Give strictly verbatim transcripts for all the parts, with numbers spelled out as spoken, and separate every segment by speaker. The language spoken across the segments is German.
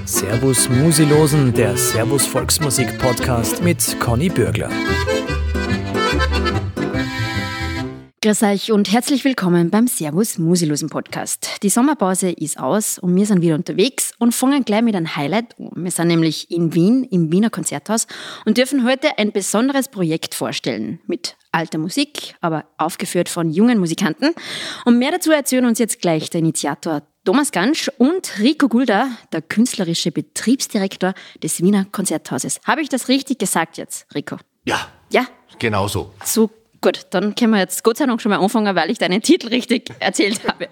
Speaker 1: Servus Musilosen, der Servus Volksmusik Podcast mit Conny Bürgler.
Speaker 2: Grüß euch und herzlich willkommen beim Servus Musilosen Podcast. Die Sommerpause ist aus und wir sind wieder unterwegs und fangen gleich mit einem Highlight an. Wir sind nämlich in Wien, im Wiener Konzerthaus und dürfen heute ein besonderes Projekt vorstellen. Mit alter Musik, aber aufgeführt von jungen Musikanten. Und mehr dazu erzählen uns jetzt gleich der Initiator Thomas Gansch und Rico Gulda, der künstlerische Betriebsdirektor des Wiener Konzerthauses. Habe ich das richtig gesagt jetzt, Rico?
Speaker 3: Ja,
Speaker 2: Ja?
Speaker 3: genau so.
Speaker 2: So, gut, dann können wir jetzt Gott sei Dank schon mal anfangen, weil ich deinen Titel richtig erzählt habe.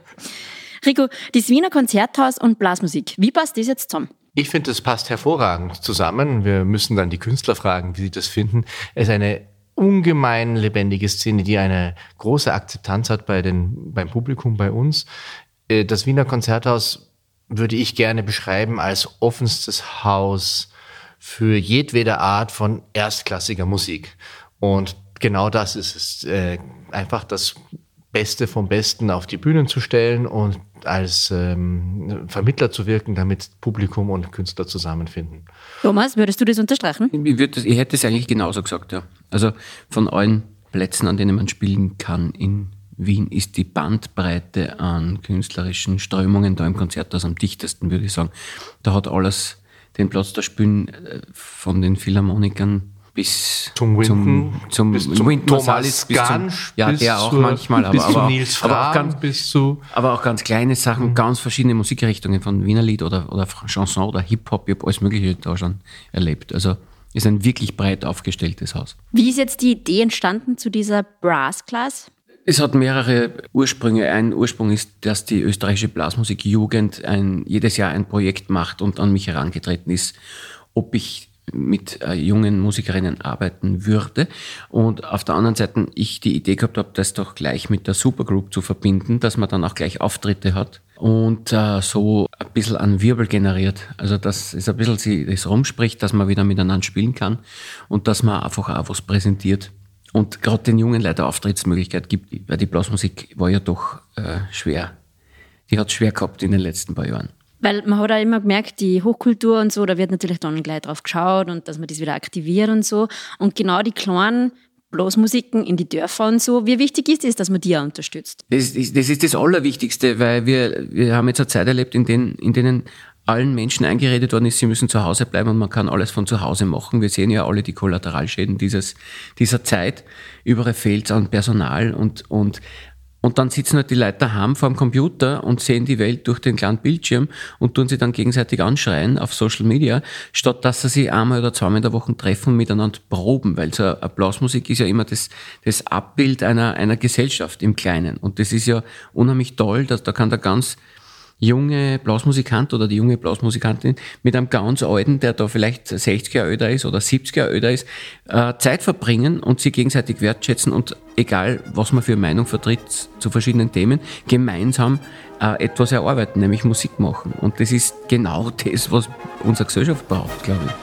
Speaker 2: Rico, das Wiener Konzerthaus und Blasmusik, wie passt das jetzt zusammen?
Speaker 3: Ich finde, das passt hervorragend zusammen. Wir müssen dann die Künstler fragen, wie sie das finden. Es ist eine ungemein lebendige Szene, die eine große Akzeptanz hat bei den, beim Publikum, bei uns. Das Wiener Konzerthaus würde ich gerne beschreiben als offenstes Haus für jedwede Art von erstklassiger Musik. Und genau das ist es, äh, einfach das Beste vom Besten auf die Bühnen zu stellen und als ähm, Vermittler zu wirken, damit Publikum und Künstler zusammenfinden.
Speaker 2: Thomas, würdest du das unterstreichen?
Speaker 4: Ich, würd das, ich hätte es eigentlich genauso gesagt, ja. Also von allen Plätzen, an denen man spielen kann in Wien, ist die Bandbreite an künstlerischen Strömungen da im Konzerthaus am dichtesten, würde ich sagen. Da hat alles den Platz, da spielen von den Philharmonikern bis
Speaker 3: zum Winton,
Speaker 4: zum, zum,
Speaker 3: bis zum
Speaker 4: Wynton
Speaker 3: Thomas
Speaker 4: Marsalis, bis
Speaker 3: Gansch,
Speaker 4: zum, ja,
Speaker 3: bis
Speaker 4: der auch
Speaker 3: zur,
Speaker 4: manchmal, aber,
Speaker 3: bis
Speaker 4: aber,
Speaker 3: zu
Speaker 4: auch,
Speaker 3: Nils
Speaker 4: aber, auch
Speaker 3: Frahm,
Speaker 4: ganz,
Speaker 3: bis zu
Speaker 4: aber auch ganz kleine Sachen,
Speaker 3: mhm.
Speaker 4: ganz verschiedene Musikrichtungen von Wienerlied oder, oder Chanson oder Hip-Hop, ich habe alles Mögliche da schon erlebt. Also ist ein wirklich breit aufgestelltes Haus.
Speaker 2: Wie ist jetzt die Idee entstanden zu dieser Brass Class?
Speaker 4: Es hat mehrere Ursprünge. Ein Ursprung ist, dass die österreichische Blasmusikjugend ein, jedes Jahr ein Projekt macht und an mich herangetreten ist, ob ich mit äh, jungen Musikerinnen arbeiten würde. Und auf der anderen Seite ich die Idee gehabt habe, das doch gleich mit der Supergroup zu verbinden, dass man dann auch gleich Auftritte hat und äh, so ein bisschen an Wirbel generiert. Also dass es ein bisschen sie, das rumspricht, dass man wieder miteinander spielen kann und dass man einfach auch was präsentiert. Und gerade den jungen Leuten Auftrittsmöglichkeit gibt, weil die Blasmusik war ja doch äh, schwer. Die hat es schwer gehabt in den letzten paar Jahren.
Speaker 2: Weil man hat auch immer gemerkt, die Hochkultur und so, da wird natürlich dann gleich drauf geschaut und dass man das wieder aktiviert und so. Und genau die kleinen Blasmusiken in die Dörfer und so, wie wichtig ist es, dass man die auch unterstützt?
Speaker 4: Das ist das, ist das Allerwichtigste, weil wir, wir haben jetzt eine Zeit erlebt, in denen, in denen allen Menschen eingeredet worden ist, sie müssen zu Hause bleiben und man kann alles von zu Hause machen. Wir sehen ja alle die Kollateralschäden dieses, dieser Zeit. Überall fehlt es an Personal und, und, und dann sitzen halt die Leute daheim vor dem Computer und sehen die Welt durch den kleinen Bildschirm und tun sie dann gegenseitig anschreien auf Social Media, statt dass sie sich einmal oder zweimal in der Woche treffen und miteinander proben, weil so eine Blasmusik ist ja immer das, das Abbild einer, einer Gesellschaft im Kleinen. Und das ist ja unheimlich toll, dass da kann der ganz junge Blasmusikant oder die junge Blasmusikantin mit einem ganz alten, der da vielleicht sechzig Jahre älter ist oder siebzig Jahre älter ist, äh, Zeit verbringen und sie gegenseitig wertschätzen und egal, was man für eine Meinung vertritt zu verschiedenen Themen, gemeinsam äh, etwas erarbeiten, nämlich Musik machen. Und das ist genau das, was unsere Gesellschaft braucht, glaube ich.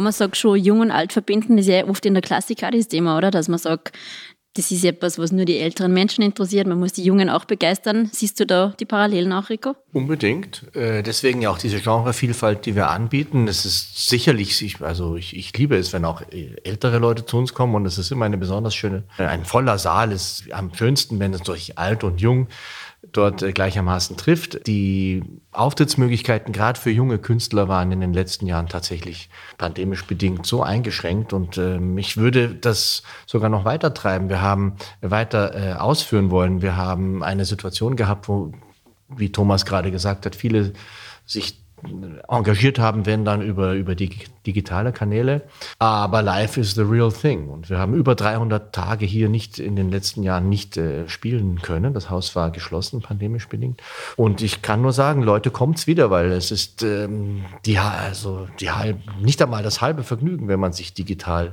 Speaker 2: man sagt, schon jung und alt verbinden, das ist ja oft in der Klassik auch das Thema, oder? Dass man sagt, das ist etwas, was nur die älteren Menschen interessiert, man muss die Jungen auch begeistern. Siehst du da die Parallelen auch, Rico?
Speaker 3: Unbedingt. Deswegen ja auch diese Genrevielfalt, die wir anbieten. Es ist sicherlich, also ich, ich liebe es, wenn auch ältere Leute zu uns kommen, und es ist immer eine besonders schöne, ein voller Saal ist am schönsten, wenn es durch alt und jung dort gleichermaßen trifft. Die Auftrittsmöglichkeiten gerade für junge Künstler waren in den letzten Jahren tatsächlich pandemisch bedingt so eingeschränkt, und ähm, ich würde das sogar noch weiter treiben. Wir haben weiter äh, ausführen wollen. Wir haben eine Situation gehabt, wo, wie Thomas gerade gesagt hat, viele sich engagiert haben, wenn dann über, über die digitale Kanäle. Aber live is the real thing. Und wir haben über dreihundert Tage hier nicht in den letzten Jahren nicht äh, spielen können. Das Haus war geschlossen, pandemisch bedingt. Und ich kann nur sagen, Leute, kommt's wieder, weil es ist ähm, die, also die halb, nicht einmal das halbe Vergnügen, wenn man sich digital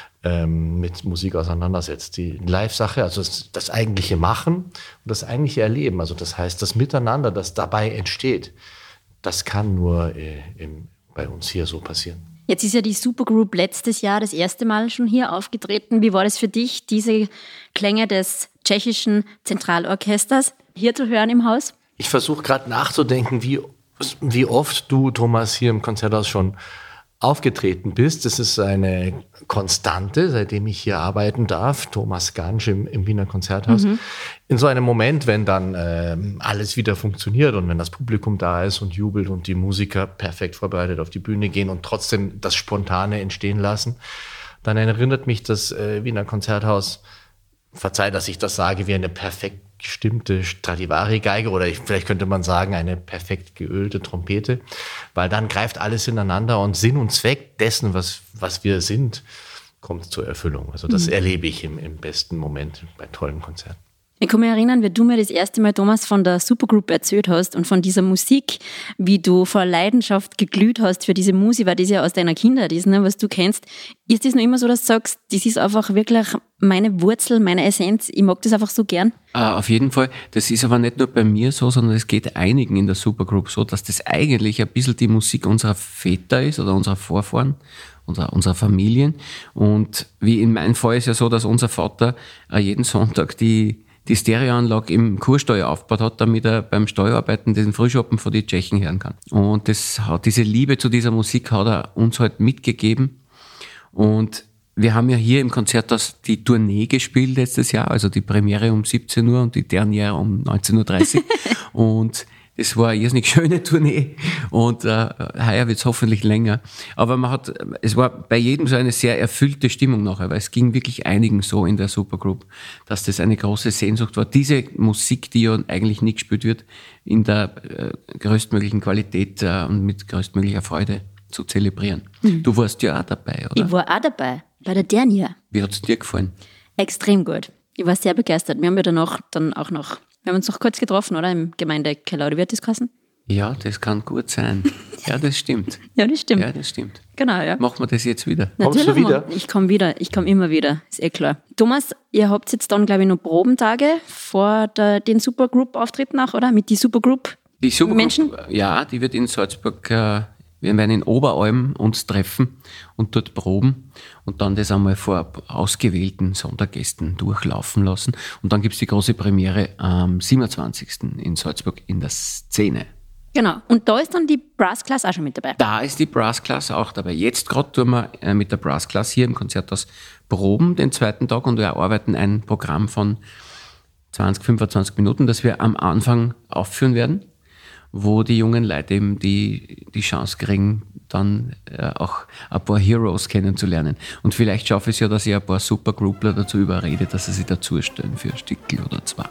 Speaker 3: ähm, mit Musik auseinandersetzt. Die Live-Sache, also das, das eigentliche Machen und das eigentliche Erleben, also das heißt, das Miteinander, das dabei entsteht, das kann nur äh, im, bei uns hier so passieren.
Speaker 2: Jetzt ist ja die Supergroup letztes Jahr das erste Mal schon hier aufgetreten. Wie war das für dich, diese Klänge des tschechischen Zentralorchesters hier zu hören im Haus?
Speaker 3: Ich versuche gerade nachzudenken, wie, wie oft du, Thomas, hier im Konzerthaus schon aufgetreten bist. Das ist eine Konstante, seitdem ich hier arbeiten darf. Thomas Gansch im, im Wiener Konzerthaus. Mhm. In so einem Moment, wenn dann äh, alles wieder funktioniert und wenn das Publikum da ist und jubelt und die Musiker perfekt vorbereitet auf die Bühne gehen und trotzdem das Spontane entstehen lassen, dann erinnert mich das äh, Wiener Konzerthaus, verzeih, dass ich das sage, wie eine perfekt gestimmte Stradivari-Geige, oder ich, vielleicht könnte man sagen, eine perfekt geölte Trompete, weil dann greift alles ineinander und Sinn und Zweck dessen, was, was wir sind, kommt zur Erfüllung. Also das mhm. erlebe ich im, im besten Moment bei tollen Konzerten.
Speaker 2: Ich kann mich erinnern, wie du mir das erste Mal, Thomas, von der Supergroup erzählt hast und von dieser Musik, wie du vor Leidenschaft geglüht hast für diese Musik, weil das ja aus deiner Kindheit ist, ne, was du kennst. Ist das noch immer so, dass du sagst, das ist einfach wirklich meine Wurzel, meine Essenz, ich mag das einfach so gern?
Speaker 4: Ah, auf jeden Fall. Das ist aber nicht nur bei mir so, sondern es geht einigen in der Supergroup so, dass das eigentlich ein bisschen die Musik unserer Väter ist oder unserer Vorfahren, unserer, unserer Familien. Und wie in meinem Fall ist ja so, dass unser Vater jeden Sonntag die die Stereoanlage im Kurstall aufgebaut hat, damit er beim Steuerarbeiten den Frühschoppen von den Tschechen hören kann. Und das hat, diese Liebe zu dieser Musik hat er uns halt mitgegeben. Und wir haben ja hier im Konzerthaus die Tournee gespielt letztes Jahr, also die Premiere um siebzehn Uhr und die Derniere um neunzehn Uhr dreißig. Und das war eine irrsinnig schöne Tournee und äh, heuer wird es hoffentlich länger. Aber man hat, es war bei jedem so eine sehr erfüllte Stimmung nachher, weil es ging wirklich einigen so in der Supergroup, dass das eine große Sehnsucht war, diese Musik, die ja eigentlich nicht gespielt wird, in der äh, größtmöglichen Qualität äh, und mit größtmöglicher Freude zu zelebrieren. Mhm. Du warst ja auch dabei, oder?
Speaker 2: Ich war auch dabei, bei der Derniere.
Speaker 4: Wie hat es dir gefallen?
Speaker 2: Extrem gut. Ich war sehr begeistert. Wir haben ja danach dann auch noch Wir haben uns noch kurz getroffen, oder? Im Gemeindekeller, oder wie hat das geheißen?
Speaker 4: Ja, das kann gut sein. Ja, das stimmt.
Speaker 2: ja, das stimmt.
Speaker 4: Ja, das stimmt.
Speaker 2: Genau, ja.
Speaker 4: Machen wir das jetzt wieder?
Speaker 3: Natürlich. Kommst du wieder?
Speaker 2: Ich komme wieder. Ich komme immer wieder. Ist eh klar. Thomas, ihr habt jetzt dann, glaube ich, noch Probentage vor der, den Supergroup-Auftritten auch, oder? Mit die Supergroup
Speaker 4: Die Supergroup,
Speaker 2: Menschen?
Speaker 4: Ja, die wird in Salzburg, äh, wir werden in Oberalm uns treffen und dort proben und dann das einmal vor ausgewählten Sondergästen durchlaufen lassen. Und dann gibt's die große Premiere am siebenundzwanzigsten in Salzburg in der Szene.
Speaker 2: Genau. Und da ist dann die Brass Class auch schon mit dabei.
Speaker 4: Da ist die Brass Class auch dabei. Jetzt gerade tun wir äh, mit der Brass Class hier im Konzerthaus proben den zweiten Tag und wir erarbeiten ein Programm von zwanzig, fünfundzwanzig Minuten, das wir am Anfang aufführen werden, wo die jungen Leute eben die, die Chance kriegen, dann äh, auch ein paar Heroes kennenzulernen. Und vielleicht schaffe ich es ja, dass ich ein paar Supergroupler dazu überrede, dass sie sich dazustellen für ein Stückel oder zwei.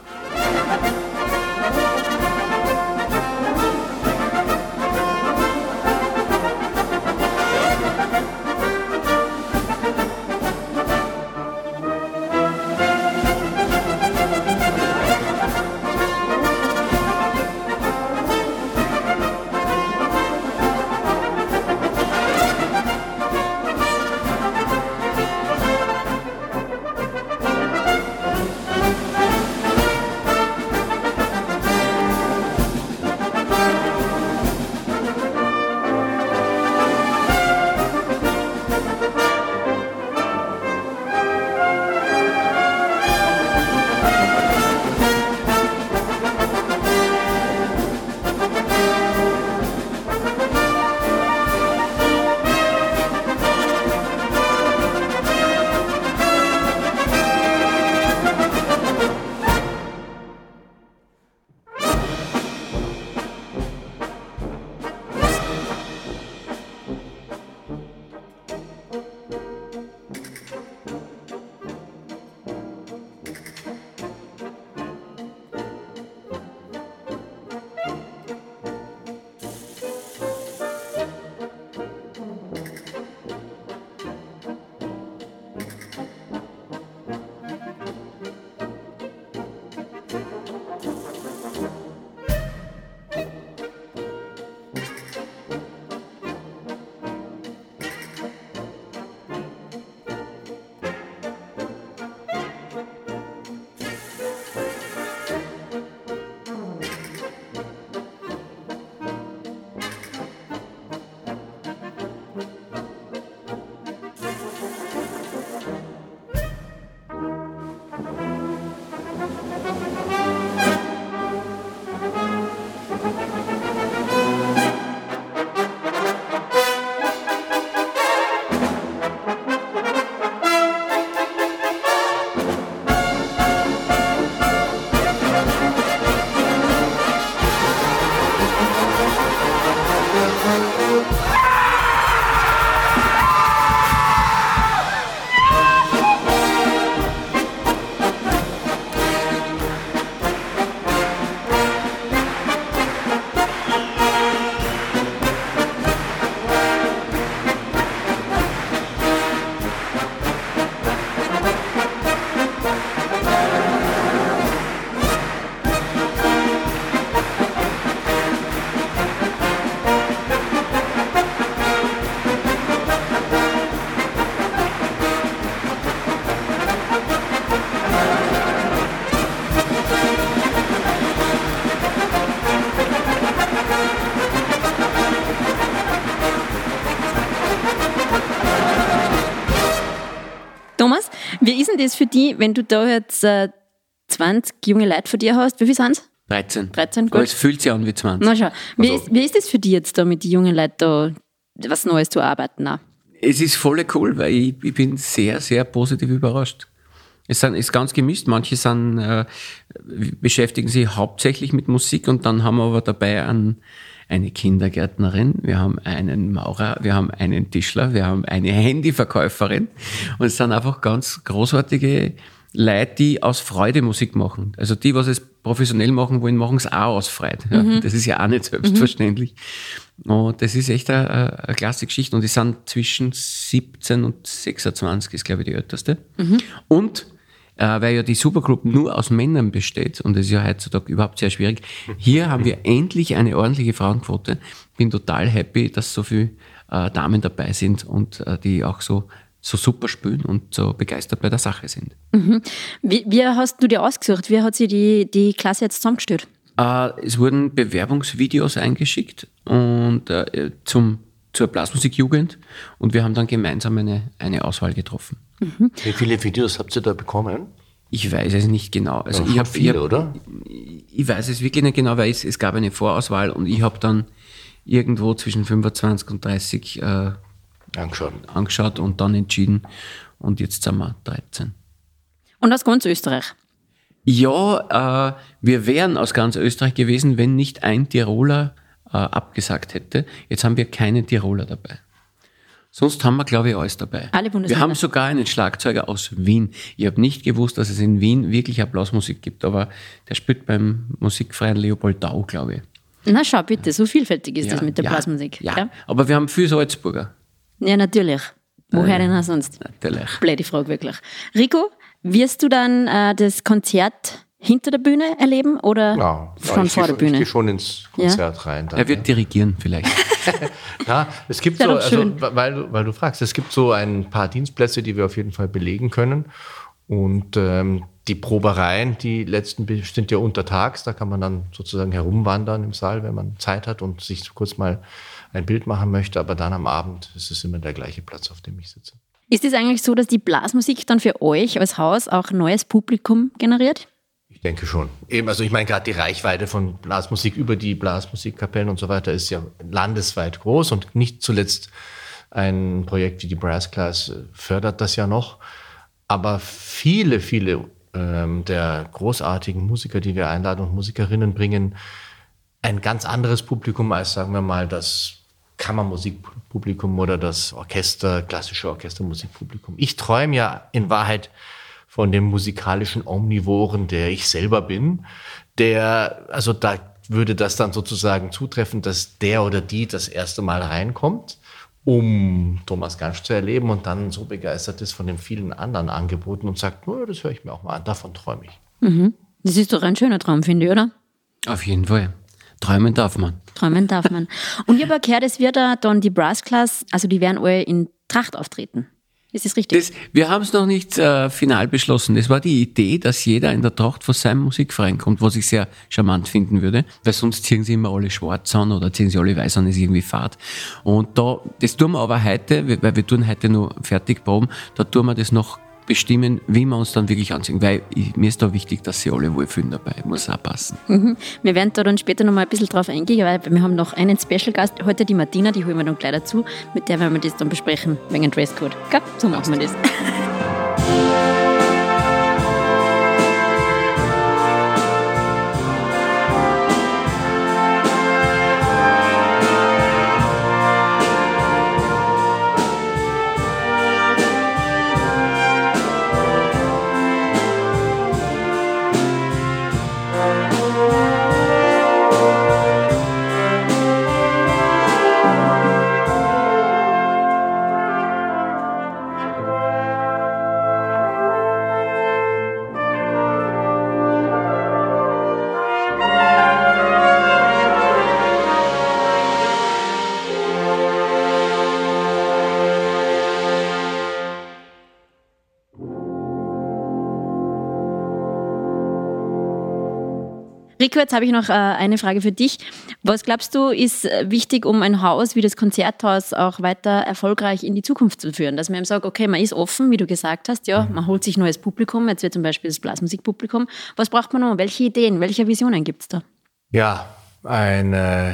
Speaker 2: Thomas, wie ist denn das für dich, wenn du da jetzt äh, zwanzig junge Leute vor dir hast? Wie viel sind es?
Speaker 4: dreizehn.
Speaker 2: dreizehn, gut.
Speaker 4: Aber es fühlt sich an wie zwanzig.
Speaker 2: Na schau, wie,
Speaker 3: Also-
Speaker 2: ist, wie ist das für dich jetzt da mit den jungen Leuten da was Neues zu arbeiten? Auch?
Speaker 4: Es ist voll cool, weil ich, ich bin sehr, sehr positiv überrascht. Es sind, ist ganz gemischt. Manche sind, äh, beschäftigen sich hauptsächlich mit Musik und dann haben wir aber dabei einen, eine Kindergärtnerin, wir haben einen Maurer, wir haben einen Tischler, wir haben eine Handyverkäuferin und es sind einfach ganz großartige Leute, die aus Freude Musik machen. Also die, was es professionell machen wollen, machen es auch aus Freude. Ja, mhm. Das ist ja auch nicht selbstverständlich. Mhm. Und das ist echt eine, eine klasse Geschichte. Und die sind zwischen siebzehn und sechsundzwanzig, ist glaube ich die älteste. Mhm. Und äh, weil ja die Supergroup nur aus Männern besteht, und das ist ja heutzutage überhaupt sehr schwierig, hier haben wir endlich eine ordentliche Frauenquote. Bin total happy, dass so viele äh, Damen dabei sind und äh, die auch so so super spielen und so begeistert bei der Sache sind.
Speaker 2: Mhm. Wie, wie hast du dir ausgesucht? Wie hat sich die, die Klasse jetzt zusammengestellt?
Speaker 4: Äh, es wurden Bewerbungsvideos eingeschickt und äh, zum, zur Blasmusikjugend und wir haben dann gemeinsam eine, eine Auswahl getroffen.
Speaker 3: Mhm. Wie viele Videos habt ihr da bekommen?
Speaker 4: Ich weiß es nicht genau. Also
Speaker 3: ja,
Speaker 4: ich habe
Speaker 3: viele,
Speaker 4: ich,
Speaker 3: oder?
Speaker 4: Ich weiß es wirklich nicht genau, weil es, es gab eine Vorauswahl und ich habe dann irgendwo zwischen fünfundzwanzig und dreißig äh,
Speaker 3: Angeschaut.
Speaker 4: angeschaut und dann entschieden. Und jetzt sind wir dreizehn.
Speaker 2: Und aus ganz Österreich?
Speaker 4: Ja, äh, wir wären aus ganz Österreich gewesen, wenn nicht ein Tiroler äh, abgesagt hätte. Jetzt haben wir keinen Tiroler dabei. Sonst haben wir, glaube ich, alles dabei.
Speaker 2: Alle Bundesländer.
Speaker 4: Wir haben sogar einen Schlagzeuger aus Wien. Ich habe nicht gewusst, dass es in Wien wirklich Applausmusik gibt, aber der spielt beim musikfreien Leopoldau, glaube ich.
Speaker 2: Na schau bitte, so vielfältig ist
Speaker 4: Ja,
Speaker 2: das mit der
Speaker 4: ja,
Speaker 2: Blasmusik.
Speaker 4: Ja.
Speaker 2: Ja?
Speaker 4: aber wir haben viel Salzburger.
Speaker 2: Ja, natürlich. Woher
Speaker 4: Äh,
Speaker 2: denn auch sonst?
Speaker 4: Natürlich.
Speaker 2: Blöde Frage, wirklich. Rico, wirst du dann äh, das Konzert hinter der Bühne erleben oder
Speaker 3: Ja,
Speaker 2: von
Speaker 3: ich
Speaker 2: vor
Speaker 3: gehe
Speaker 2: der
Speaker 3: schon, ich
Speaker 2: Bühne?
Speaker 3: gehe schon ins Konzert rein. Dann,
Speaker 4: Er wird dirigieren vielleicht.
Speaker 3: ja, es gibt
Speaker 2: Ist ja
Speaker 3: so,
Speaker 2: doch
Speaker 3: also,
Speaker 2: schön.
Speaker 3: weil, du- weil du fragst, es gibt so ein paar Dienstplätze, die wir auf jeden Fall belegen können. Und ähm, die Probereien, die letzten be- sind ja untertags, da kann man dann sozusagen herumwandern im Saal, wenn man Zeit hat und sich so kurz mal ein Bild machen möchte. Aber dann am Abend ist es immer der gleiche Platz, auf dem ich sitze.
Speaker 2: Ist es eigentlich so, dass die Blasmusik dann für euch als Haus auch neues Publikum generiert?
Speaker 3: Ich denke schon. Eben, also ich meine, gerade die Reichweite von Blasmusik über die Blasmusikkapellen und so weiter ist ja landesweit groß und nicht zuletzt ein Projekt wie die Brass Class fördert das ja noch. Aber viele, viele ähm, der großartigen Musiker, die wir einladen und Musikerinnen bringen, ein ganz anderes Publikum als, sagen wir mal, das Kammermusikpublikum oder das Orchester, klassische Orchestermusikpublikum. Ich träume ja in Wahrheit von dem musikalischen Omnivoren, der ich selber bin, der, also da würde das dann sozusagen zutreffen, dass der oder die das erste Mal reinkommt, um Thomas Gansch zu erleben und dann so begeistert ist von den vielen anderen Angeboten und sagt, oh, das höre ich mir auch mal an, davon träume ich.
Speaker 2: Mhm. Das ist doch ein schöner Traum, finde ich, oder?
Speaker 4: Auf jeden Fall. Träumen darf man.
Speaker 2: Träumen darf man. Und ich habe gehört, es wird da dann die Brass Class, also die werden alle in Tracht auftreten. Ist das richtig?
Speaker 4: Das, wir haben es noch nicht äh, final beschlossen. Das war die Idee, dass jeder in der Tracht von seinem Musikverein kommt, was ich sehr charmant finden würde, weil sonst ziehen sie immer alle schwarz an oder ziehen sie alle weiß an, ist irgendwie fad. Und da, das tun wir aber heute, weil wir tun heute nur fertig proben, da tun wir das noch bestimmen, wie wir uns dann wirklich anziehen, weil ich, mir ist da wichtig, dass sie alle wohlfühlen dabei, muss auch passen.
Speaker 2: Mhm. Wir werden da dann später noch mal ein bisschen drauf eingehen, weil wir haben noch einen Special-Gast, heute die Martina, die holen wir dann gleich dazu, mit der werden wir das dann besprechen, wegen dem Dresscode. Gell? So machen wir das. Rico, jetzt habe ich noch äh, eine Frage für dich. Was glaubst du, ist wichtig, um ein Haus wie das Konzerthaus auch weiter erfolgreich in die Zukunft zu führen? Dass man eben sagt, okay, man ist offen, wie du gesagt hast, ja, man holt sich neues Publikum, jetzt wird zum Beispiel das Blasmusikpublikum. Was braucht man noch? Welche Ideen, welche Visionen gibt es da?
Speaker 3: Ja, ein äh,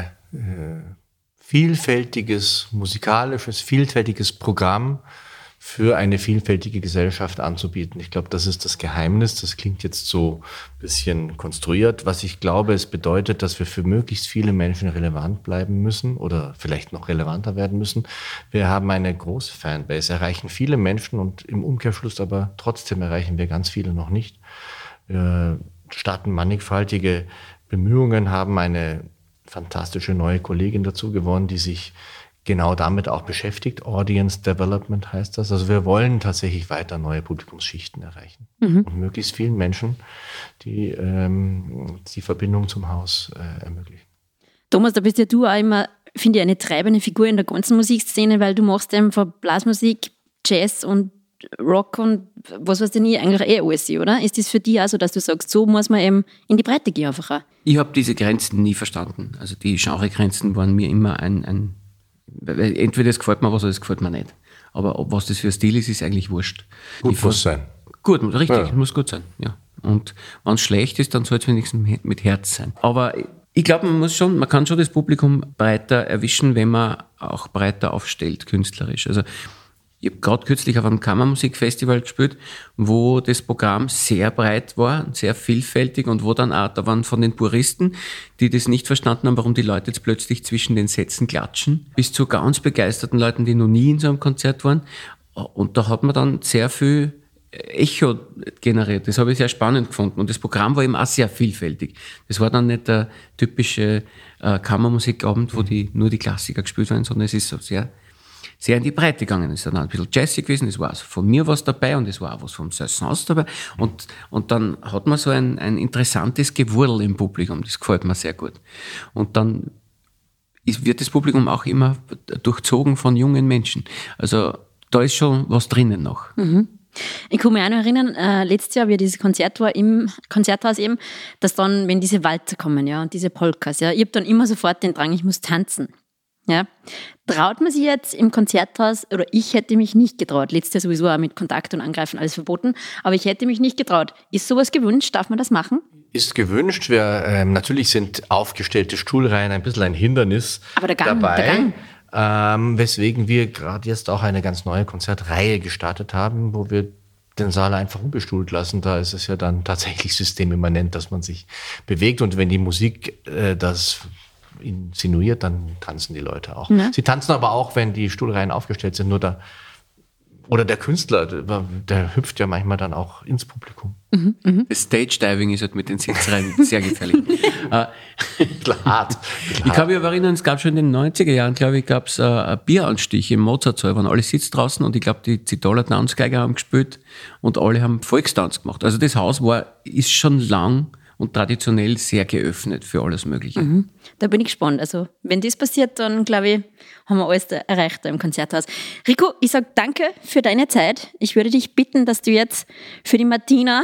Speaker 3: vielfältiges, musikalisches, vielfältiges Programm für eine vielfältige Gesellschaft anzubieten. Ich glaube, das ist das Geheimnis. Das klingt jetzt so ein bisschen konstruiert. Was ich glaube, es bedeutet, dass wir für möglichst viele Menschen relevant bleiben müssen oder vielleicht noch relevanter werden müssen. Wir haben eine große Fanbase, erreichen viele Menschen und im Umkehrschluss aber trotzdem erreichen wir ganz viele noch nicht. Wir starten mannigfaltige Bemühungen, haben eine fantastische neue Kollegin dazu gewonnen, die sich genau damit auch beschäftigt. Audience Development heißt das. Also wir wollen tatsächlich weiter neue Publikumsschichten erreichen mhm. und möglichst vielen Menschen die ähm, die Verbindung zum Haus äh, ermöglichen.
Speaker 2: Thomas, da bist ja du auch immer, finde ich, eine treibende Figur in der ganzen Musikszene, weil du machst eben von Blasmusik, Jazz und Rock und was weiß ich nie, eigentlich eh alles, oder? Ist das für dich auch so, dass du sagst, so muss man eben in die Breite gehen einfach auch?
Speaker 4: Ich habe diese Grenzen nie verstanden. Also die Genregrenzen waren mir immer ein, ein entweder es gefällt mir was oder es gefällt mir nicht. Aber ob was das für ein Stil ist, ist eigentlich wurscht.
Speaker 3: Gut
Speaker 4: ich
Speaker 3: muss sein.
Speaker 4: Gut, richtig,
Speaker 3: ja.
Speaker 4: muss gut sein. Ja. Und wenn es schlecht ist, dann soll es wenigstens mit Herz sein. Aber ich glaube, man muss schon, man kann schon das Publikum breiter erwischen, wenn man auch breiter aufstellt, künstlerisch. Also ich habe gerade kürzlich auf einem Kammermusikfestival gespielt, wo das Programm sehr breit war, sehr vielfältig und wo dann auch, da waren von den Puristen, die das nicht verstanden haben, warum die Leute jetzt plötzlich zwischen den Sätzen klatschen, bis zu ganz begeisterten Leuten, die noch nie in so einem Konzert waren. Und da hat man dann sehr viel Echo generiert. Das habe ich sehr spannend gefunden. Und das Programm war eben auch sehr vielfältig. Das war dann nicht der typische äh, Kammermusikabend, wo die, nur die Klassiker gespielt waren, sondern es ist so sehr sehr in die Breite gegangen. Es ist dann ein bisschen jazzig gewesen, es war also von mir was dabei und es war auch was vom Saint-Saëns dabei. Und, und dann hat man so ein, ein interessantes Gewurl im Publikum, das gefällt mir sehr gut. Und dann ist, wird das Publikum auch immer durchzogen von jungen Menschen. Also da ist schon was drinnen noch.
Speaker 2: Mhm. Ich kann mich auch noch erinnern, äh, letztes Jahr, wie dieses Konzert war im Konzerthaus eben, dass dann, wenn diese Walzer kommen, ja, und diese Polkas, ja, ich habe dann immer sofort den Drang, ich muss tanzen. Ja. Traut man sich jetzt im Konzerthaus, oder ich hätte mich nicht getraut, letztes Jahr sowieso auch mit Kontakt und Angreifen alles verboten, aber ich hätte mich nicht getraut. Ist sowas gewünscht? Darf man das machen?
Speaker 3: Ist gewünscht. Wir, ähm, natürlich sind aufgestellte Stuhlreihen ein bisschen ein Hindernis
Speaker 2: aber der Gang,
Speaker 3: dabei,
Speaker 2: der Gang.
Speaker 3: Ähm, weswegen wir gerade jetzt auch eine ganz neue Konzertreihe gestartet haben, wo wir den Saal einfach unbestuhlt lassen. Da ist es ja dann tatsächlich systemimmanent, dass man sich bewegt und wenn die Musik äh, das insinuiert, dann tanzen die Leute auch. Ja. Sie tanzen aber auch, wenn die Stuhlreihen aufgestellt sind, nur da, oder der Künstler, der, der hüpft ja manchmal dann auch ins Publikum.
Speaker 4: Mhm, mh. Das Stage-Diving ist halt mit den Sitzreihen sehr gefährlich.
Speaker 3: Klar, klar.
Speaker 4: Ich kann mich aber erinnern, es gab schon in den neunziger Jahren, glaube ich, gab es ein Bieranstich im Mozartsaal, waren alle sitzt draußen und ich glaube, die Zitaler Tanzgeiger haben gespielt und alle haben Volkstanz gemacht. Also das Haus war, ist schon lang und traditionell sehr geöffnet für alles Mögliche.
Speaker 2: Mhm. Da bin ich gespannt. Also wenn das passiert, dann glaube ich, haben wir alles erreicht da im Konzerthaus. Rico, ich sage danke für deine Zeit. Ich würde dich bitten, dass du jetzt für die Martina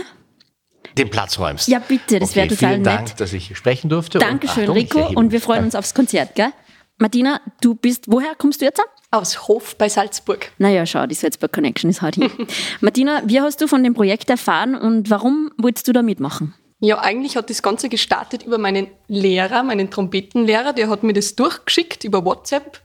Speaker 3: den Platz räumst.
Speaker 2: Ja, bitte, das
Speaker 3: okay,
Speaker 2: wäre total
Speaker 3: vielen
Speaker 2: nett.
Speaker 3: Dank, dass ich hier sprechen durfte.
Speaker 2: Dankeschön,
Speaker 3: und Achtung,
Speaker 2: Rico. Und wir freuen uns aufs Konzert, gell? Martina, du bist, woher kommst du jetzt an?
Speaker 5: Aus Hof bei Salzburg.
Speaker 2: Naja, schau, die Salzburg Connection ist halt hin. Martina, wie hast du von dem Projekt erfahren und warum wolltest du da mitmachen?
Speaker 5: Ja, eigentlich hat das Ganze gestartet über meinen Lehrer, meinen Trompetenlehrer. Der hat mir das durchgeschickt über WhatsApp.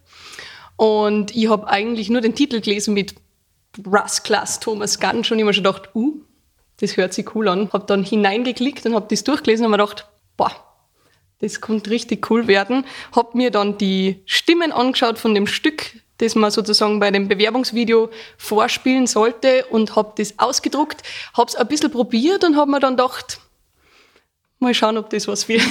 Speaker 5: Und ich habe eigentlich nur den Titel gelesen mit Brass Class Thomas Gunn. Schon immer schon gedacht, uh, das hört sich cool an. Habe dann hineingeklickt und habe das durchgelesen und mir gedacht, boah, das könnte richtig cool werden. Habe mir dann die Stimmen angeschaut von dem Stück, das man sozusagen bei dem Bewerbungsvideo vorspielen sollte und habe das ausgedruckt. Habe es ein bisschen probiert und habe mir dann gedacht, mal schauen, ob das was wird.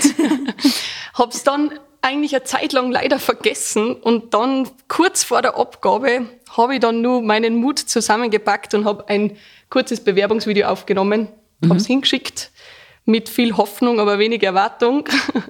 Speaker 5: Hab's dann eigentlich eine Zeit lang leider vergessen und dann kurz vor der Abgabe habe ich dann nur meinen Mut zusammengepackt und habe ein kurzes Bewerbungsvideo aufgenommen, mhm. habe es hingeschickt mit viel Hoffnung, aber wenig Erwartung.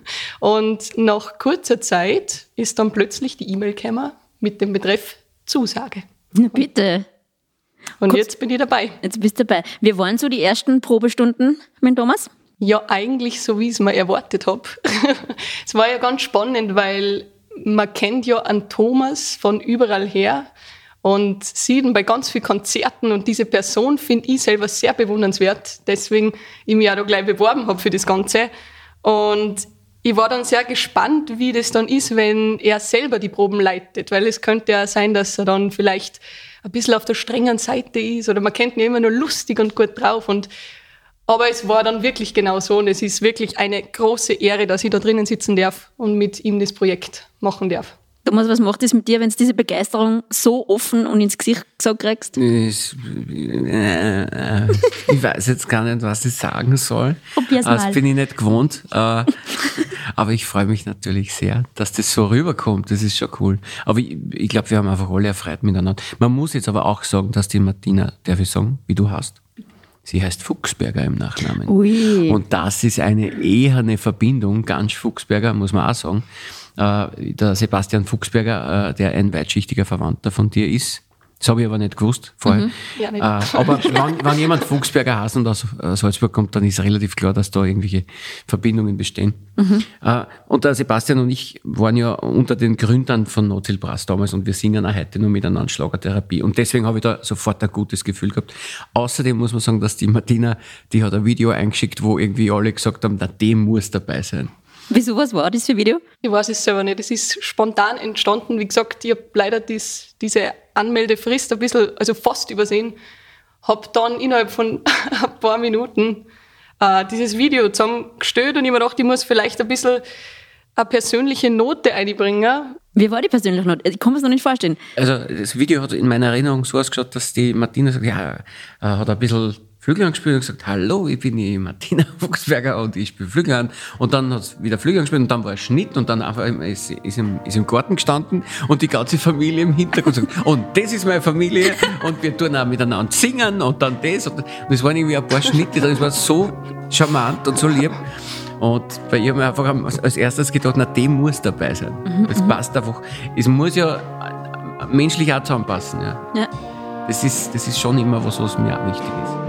Speaker 5: Und nach kurzer Zeit ist dann plötzlich die E-Mail gekommen mit dem Betreff Zusage.
Speaker 2: Na bitte.
Speaker 5: Und
Speaker 2: Kurz,
Speaker 5: jetzt bin ich dabei.
Speaker 2: Jetzt bist du dabei. Wir waren so die ersten Probestunden mit Thomas.
Speaker 5: Ja, eigentlich so, wie ich es mir erwartet habe. Es war ja ganz spannend, weil man kennt ja einen Thomas von überall her und sieht ihn bei ganz vielen Konzerten und diese Person finde ich selber sehr bewundernswert, deswegen ich mich auch da gleich beworben habe für das Ganze. Und ich war dann sehr gespannt, wie das dann ist, wenn er selber die Proben leitet, weil es könnte ja sein, dass er dann vielleicht ein bisschen auf der strengen Seite ist oder man kennt ihn immer nur lustig und gut drauf. Und aber es war dann wirklich genau so und es ist wirklich eine große Ehre, dass ich da drinnen sitzen darf und mit ihm das Projekt machen darf.
Speaker 2: Thomas, was macht es mit dir, wenn du diese Begeisterung so offen und ins Gesicht gesagt kriegst?
Speaker 4: Ich, äh, äh, ich weiß jetzt gar nicht, was ich sagen soll.
Speaker 2: Probier's mal.
Speaker 4: Das bin ich nicht gewohnt. Äh, aber ich freue mich natürlich sehr, dass das so rüberkommt. Das ist schon cool. Aber ich, ich glaube, wir haben einfach alle erfreut miteinander. Man muss jetzt aber auch sagen, dass die Martina, darf ich sagen, wie du hast? Sie heißt Fuchsberger im Nachnamen.
Speaker 2: Ui.
Speaker 4: Und das ist eine eherne Verbindung, ganz Fuchsberger, muss man auch sagen. Äh, der Sebastian Fuchsberger, äh, der ein weitschichtiger Verwandter von dir ist. Das habe ich aber nicht gewusst vorher.
Speaker 5: Mhm. Ja, nicht.
Speaker 4: Äh, aber wenn, wenn jemand Fuchsberger heißt und aus äh, Salzburg kommt, dann ist relativ klar, dass da irgendwelche Verbindungen bestehen. Mhm. Äh, und der Sebastian und ich waren ja unter den Gründern von No Chill Brass damals und wir singen auch heute nur miteinander Schlagertherapie. Und deswegen habe ich da sofort ein gutes Gefühl gehabt. Außerdem muss man sagen, dass die Martina, die hat ein Video eingeschickt, wo irgendwie alle gesagt haben, na, dem muss dabei sein.
Speaker 2: Wieso, was war das für ein Video?
Speaker 5: Ich weiß es selber nicht. Es ist spontan entstanden. Wie gesagt, ich habe leider dies, diese Anmeldefrist ein bisschen, also fast übersehen. Habe dann innerhalb von ein paar Minuten äh, dieses Video zusammengestellt und ich mir gedacht, ich muss vielleicht ein bisschen eine persönliche Note einbringen.
Speaker 2: Wie war die persönliche Note? Ich kann mir es noch nicht vorstellen.
Speaker 4: Also das Video hat in meiner Erinnerung so ausgeschaut, dass die Martina sagt, ja, äh, hat ein bisschen Flügel angespielt und gesagt, hallo, ich bin die Martina Fuchsberger und ich spiele Flügel an. Und dann hat es wieder Flügel angespielt und dann war ein Schnitt und dann einfach ist, ist, im, ist im Garten gestanden und die ganze Familie im Hintergrund sagt, und das ist meine Familie und wir tun auch miteinander singen und dann das. Und es waren irgendwie ein paar Schnitte, das war so charmant und so lieb. Und bei ihr haben wir einfach als erstes gedacht, na, dem muss dabei sein. Mhm, das passt einfach. Es muss ja menschlich auch zusammenpassen. Ja.
Speaker 2: Ja.
Speaker 4: Das ist, das ist schon immer was, was mir auch wichtig ist.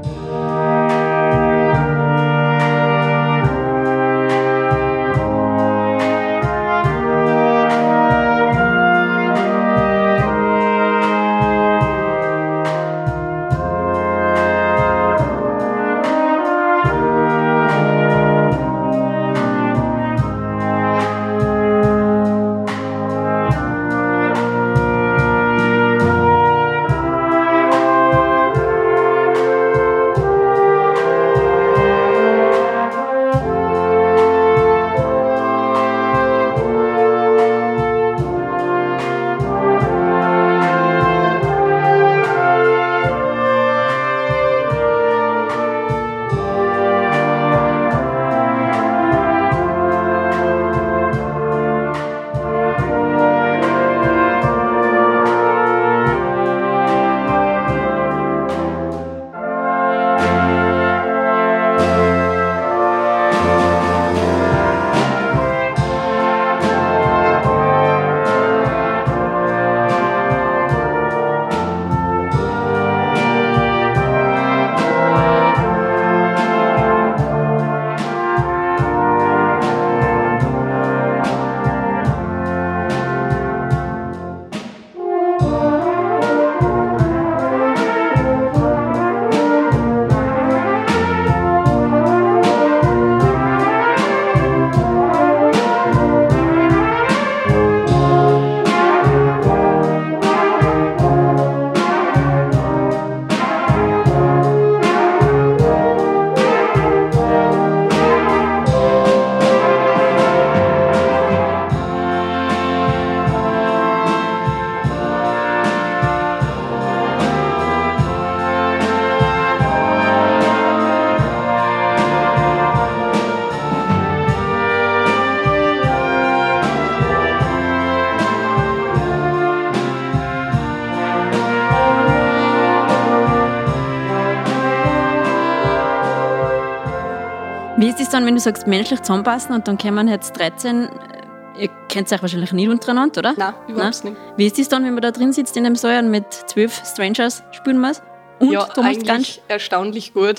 Speaker 2: Wie ist es dann, wenn du sagst, menschlich zusammenpassen und dann kommen jetzt dreizehn, ihr kennt euch wahrscheinlich nicht untereinander, oder?
Speaker 5: Nein, überhaupt nicht.
Speaker 2: Wie ist es dann, wenn man da drin sitzt in dem Saal und mit zwölf Strangers spielen muss? Und
Speaker 5: ja,
Speaker 2: Thomas
Speaker 5: eigentlich
Speaker 2: Ganz?
Speaker 5: erstaunlich gut.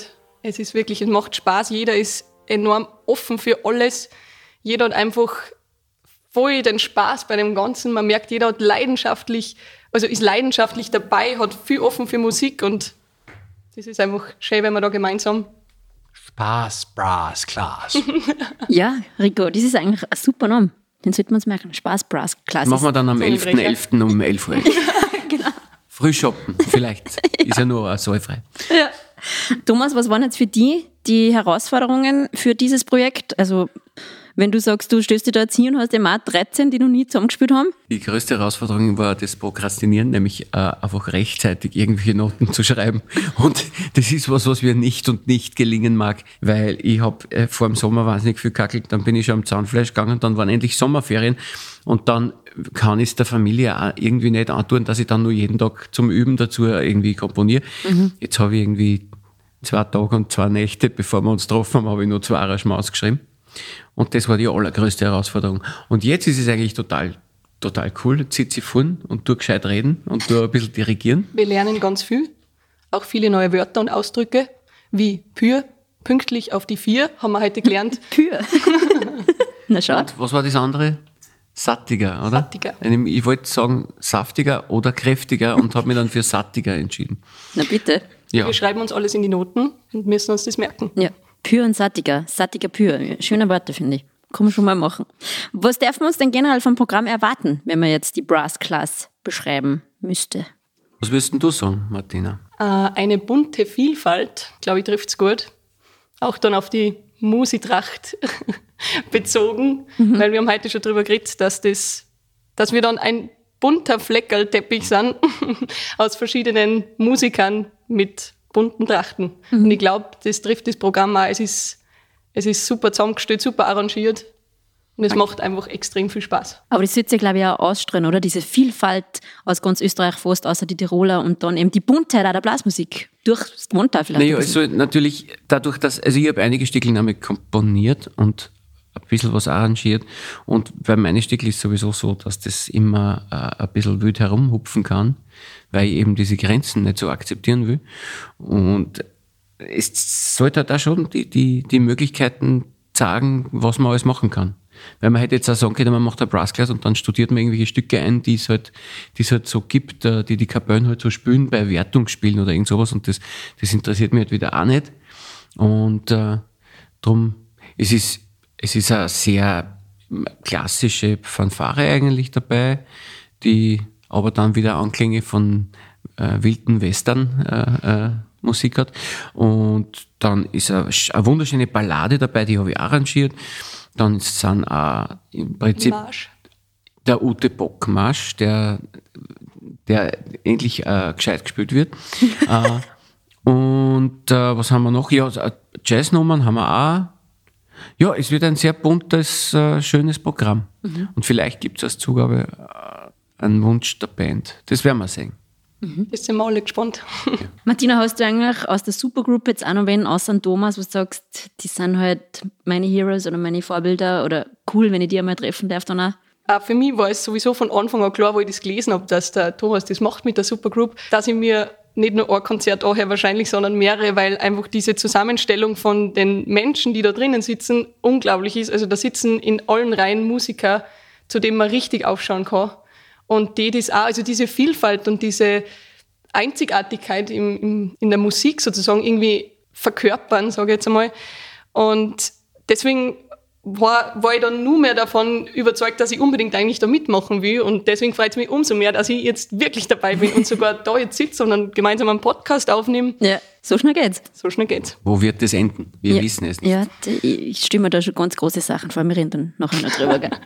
Speaker 5: Es ist wirklich, es macht Spaß. Jeder ist enorm offen für alles. Jeder hat einfach voll den Spaß bei dem Ganzen. Man merkt, jeder hat leidenschaftlich, also ist leidenschaftlich dabei, hat viel offen für Musik und das ist einfach schön, wenn wir da gemeinsam.
Speaker 3: Spaß, Brass, Class.
Speaker 2: Ja, Rico, das ist eigentlich ein super Name. Den sollten wir uns merken. Spaß, Brass, Class.
Speaker 4: Machen wir dann am
Speaker 5: So
Speaker 4: elften elften um elf Uhr.
Speaker 2: Genau.
Speaker 4: Frühshoppen, vielleicht. Ist ja nur alkoholfrei.
Speaker 2: Ja. Thomas, was waren jetzt für dich die Herausforderungen für dieses Projekt? Also, wenn du sagst, du stößt dich da jetzt hin und hast eben auch dreizehn, die noch nie zusammengespielt haben.
Speaker 4: Die größte Herausforderung war das Prokrastinieren, nämlich äh, einfach rechtzeitig irgendwelche Noten zu schreiben. Und das ist was, was mir nicht und nicht gelingen mag, weil ich habe äh, vor dem Sommer wahnsinnig viel kackelt, dann bin ich schon am Zahnfleisch gegangen, dann waren endlich Sommerferien und dann kann ich es der Familie auch irgendwie nicht antun, dass ich dann nur jeden Tag zum Üben dazu irgendwie komponiere. Mhm. Jetzt habe ich irgendwie zwei Tage und zwei Nächte, bevor wir uns getroffen haben, habe ich nur zwei Arrangements geschrieben. Und das war die allergrößte Herausforderung. Und jetzt ist es eigentlich total, total cool. Jetzt sitze ich vorn und tue gescheit reden und tue ein bisschen dirigieren.
Speaker 5: Wir lernen ganz viel, auch viele neue Wörter und Ausdrücke, wie Pür, pünktlich auf die Vier, haben wir heute gelernt.
Speaker 2: Pür. Na schau.
Speaker 4: Und was war das andere? Sattiger, oder?
Speaker 5: Sattiger.
Speaker 4: Ich wollte sagen saftiger oder kräftiger und habe mich dann für sattiger entschieden.
Speaker 2: Na bitte.
Speaker 4: Ja.
Speaker 5: Wir schreiben uns alles in die Noten und müssen uns das merken.
Speaker 2: Ja. Pür und Sattiger. Sattiger Pür. Schöne Worte, finde ich. Kann man schon mal machen. Was dürfen wir uns denn generell vom Programm erwarten, wenn man jetzt die Brass Class beschreiben müsste?
Speaker 4: Was würdest denn du sagen, Martina?
Speaker 5: Äh, eine bunte Vielfalt, glaube ich, trifft es gut. Auch dann auf die Musitracht bezogen, mhm. weil wir haben heute schon darüber geredet, dass, das, dass wir dann ein bunter Fleckerlteppich sind aus verschiedenen Musikern mit bunten Trachten. Mhm. Und ich glaube, das trifft das Programm auch. Es ist, es ist super zusammengestellt, super arrangiert und es macht einfach extrem viel Spaß.
Speaker 2: Aber das wird sich, glaube ich, auch ausstrahlen, oder? Diese Vielfalt aus ganz Österreich fast, außer die Tiroler und dann eben die Buntheit auch der Blasmusik. Durch das Gewohnte vielleicht.
Speaker 4: Naja, also natürlich dadurch, dass, also ich habe einige Stücke damit komponiert und ein bisschen was arrangiert und bei meinen Stücken ist es sowieso so, dass das immer äh, ein bisschen wild herumhupfen kann, weil ich eben diese Grenzen nicht so akzeptieren will. Und es sollte da schon die, die, die Möglichkeiten sagen, was man alles machen kann. Weil man hätte jetzt auch sagen können, man macht eine Brass Class und dann studiert man irgendwelche Stücke ein, die es halt, die es halt so gibt, die die Kapellen halt so spielen bei Wertungsspielen oder irgend sowas und das, das interessiert mich halt wieder auch nicht. Und äh, darum, es ist, es ist eine sehr klassische Fanfare eigentlich dabei, die aber dann wieder Anklänge von äh, wilden Western äh, äh, Musik hat. Und dann ist eine, eine wunderschöne Ballade dabei, die habe ich arrangiert. Dann sind auch im Prinzip
Speaker 5: Marsch.
Speaker 4: Der Ute Bock Marsch, der, der endlich äh, gescheit gespielt wird. äh, und äh, was haben wir noch? Ja, Jazznummern haben wir auch. Ja, es wird ein sehr buntes, äh, schönes Programm. Mhm. Und vielleicht gibt es als Zugabe äh, einen Wunsch der Band. Das werden wir sehen.
Speaker 5: Mhm. Das sind wir alle gespannt.
Speaker 2: Ja. Martina, hast du eigentlich aus der Supergroup jetzt auch noch wen, außer Thomas, was du sagst, die sind halt meine Heroes oder meine Vorbilder oder cool, wenn ich die einmal treffen darf dann auch?
Speaker 5: Auch für mich war es sowieso von Anfang an klar, wo ich das gelesen habe, dass der Thomas das macht mit der Supergroup, dass ich mir nicht nur ein Konzert anhöre wahrscheinlich, sondern mehrere, weil einfach diese Zusammenstellung von den Menschen, die da drinnen sitzen, unglaublich ist. Also da sitzen in allen Reihen Musiker, zu denen man richtig aufschauen kann. Und die das auch, also diese Vielfalt und diese Einzigartigkeit im, im, in der Musik sozusagen irgendwie verkörpern, sage ich jetzt einmal. Und deswegen war, war ich dann nur mehr davon überzeugt, dass ich unbedingt eigentlich da mitmachen will. Und deswegen freut es mich umso mehr, dass ich jetzt wirklich dabei bin und sogar da jetzt sitze und dann gemeinsam einen Podcast aufnehme.
Speaker 2: Ja, so schnell geht's.
Speaker 5: So schnell geht's.
Speaker 4: Wo wird das enden? Wir
Speaker 2: ja,
Speaker 4: wissen es nicht.
Speaker 2: Ja, ich stimme da schon ganz große Sachen vor. Wir reden dann nachher noch drüber. Gell?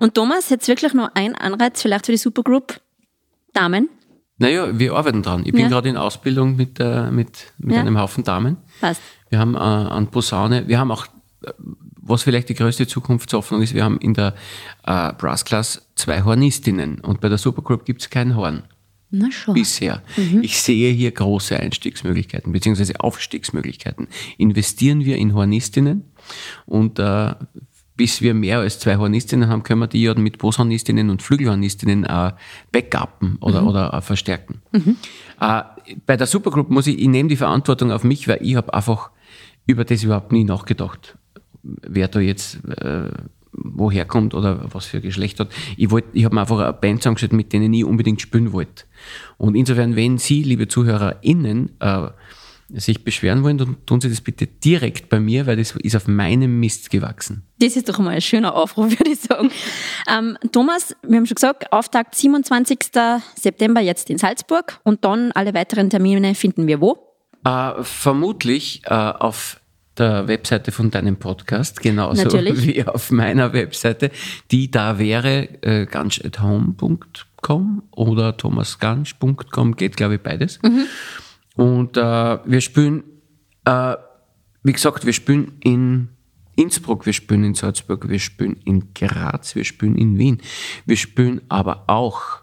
Speaker 2: Und Thomas, jetzt wirklich noch ein Anreiz vielleicht für die Supergroup? Damen?
Speaker 4: Naja, wir arbeiten dran. Ich bin
Speaker 2: Ja.
Speaker 4: gerade in Ausbildung mit, äh, mit, mit
Speaker 2: Ja.
Speaker 4: einem Haufen Damen.
Speaker 2: Passt.
Speaker 4: Wir haben äh, an Posaune, wir haben auch, äh, was vielleicht die größte Zukunftshoffnung ist, wir haben in der äh, Brass Class zwei Hornistinnen und bei der Supergroup gibt es kein Horn.
Speaker 2: Na schon.
Speaker 4: Bisher. Ich sehe hier große Einstiegsmöglichkeiten beziehungsweise Aufstiegsmöglichkeiten. Investieren wir in Hornistinnen und äh, bis wir mehr als zwei Hornistinnen haben, können wir die ja mit Posthornistinnen und Flügelhornistinnen äh, backuppen oder, mhm. oder äh, verstärken. Mhm. Äh, bei der Supergroup muss ich, ich nehme die Verantwortung auf mich, weil ich habe einfach über das überhaupt nie nachgedacht, wer da jetzt äh, woher kommt oder was für Geschlecht hat. Ich wollte, ich habe mir einfach eine Band zusammengestellt, mit denen ich unbedingt spielen wollte. Und insofern, wenn Sie, liebe ZuhörerInnen, äh, sich beschweren wollen, dann tun Sie das bitte direkt bei mir, weil das ist auf meinem Mist gewachsen.
Speaker 2: Das ist doch mal ein schöner Aufruf, würde ich sagen. Ähm, Thomas, wir haben schon gesagt, Auftakt siebenundzwanzigsten September jetzt in Salzburg und dann alle weiteren Termine finden wir wo?
Speaker 4: Äh, vermutlich äh, auf der Webseite von deinem Podcast, genauso
Speaker 2: Natürlich.
Speaker 4: wie auf meiner Webseite, die da wäre äh, gansch at home punkt com oder thomas gansch punkt com, geht glaube ich beides. Mhm. Und äh, wir spielen, äh, wie gesagt, wir spielen in Innsbruck, wir spielen in Salzburg, wir spielen in Graz, wir spielen in Wien, wir spielen aber auch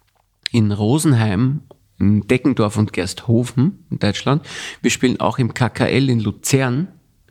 Speaker 4: in Rosenheim, in Deckendorf und Gersthofen in Deutschland. Wir spielen auch im K K L in Luzern.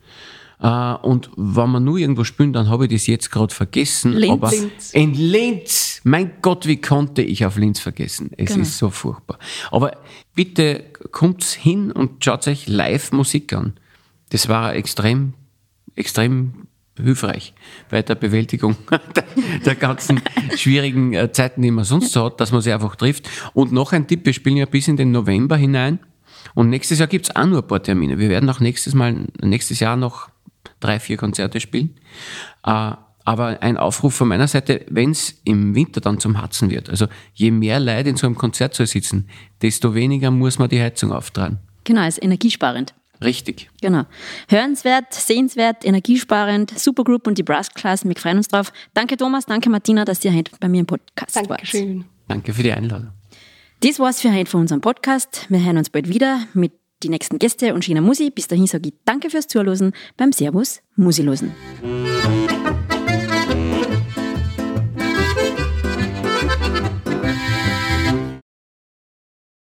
Speaker 4: Uh, und wenn wir nur irgendwo spielen, dann habe ich das jetzt gerade vergessen.
Speaker 2: Linz.
Speaker 4: Aber
Speaker 5: Linz.
Speaker 4: in Linz, mein Gott, wie konnte ich auf Linz vergessen? Es
Speaker 2: Genau.
Speaker 4: ist so furchtbar. Aber bitte kommt hin und schaut euch live Musik an. Das war extrem, extrem hilfreich bei der Bewältigung der, der ganzen schwierigen äh, Zeiten, die man sonst so hat, dass man sich einfach trifft. Und noch ein Tipp, wir spielen ja bis in den November hinein. Und nächstes Jahr gibt's auch nur ein paar Termine. Wir werden auch nächstes Mal, nächstes Jahr noch drei, vier Konzerte spielen. Äh, aber ein Aufruf von meiner Seite, wenn es im Winter dann zum Hatzen wird, also je mehr Leute in so einem Konzertsaal sitzen, desto weniger muss man die Heizung auftragen.
Speaker 2: Genau, ist energiesparend.
Speaker 4: Richtig.
Speaker 2: Genau. Hörenswert, sehenswert, energiesparend, Supergroup und die Brass Class, wir freuen uns drauf. Danke Thomas, danke Martina, dass ihr heute bei mir im Podcast wart.
Speaker 5: Dankeschön.
Speaker 4: Danke für die Einladung.
Speaker 2: Das war's für heute von unserem Podcast. Wir hören uns bald wieder mit die nächsten Gäste und schöner Musik. Bis dahin sage ich danke fürs Zuhören beim Servus Musilosen.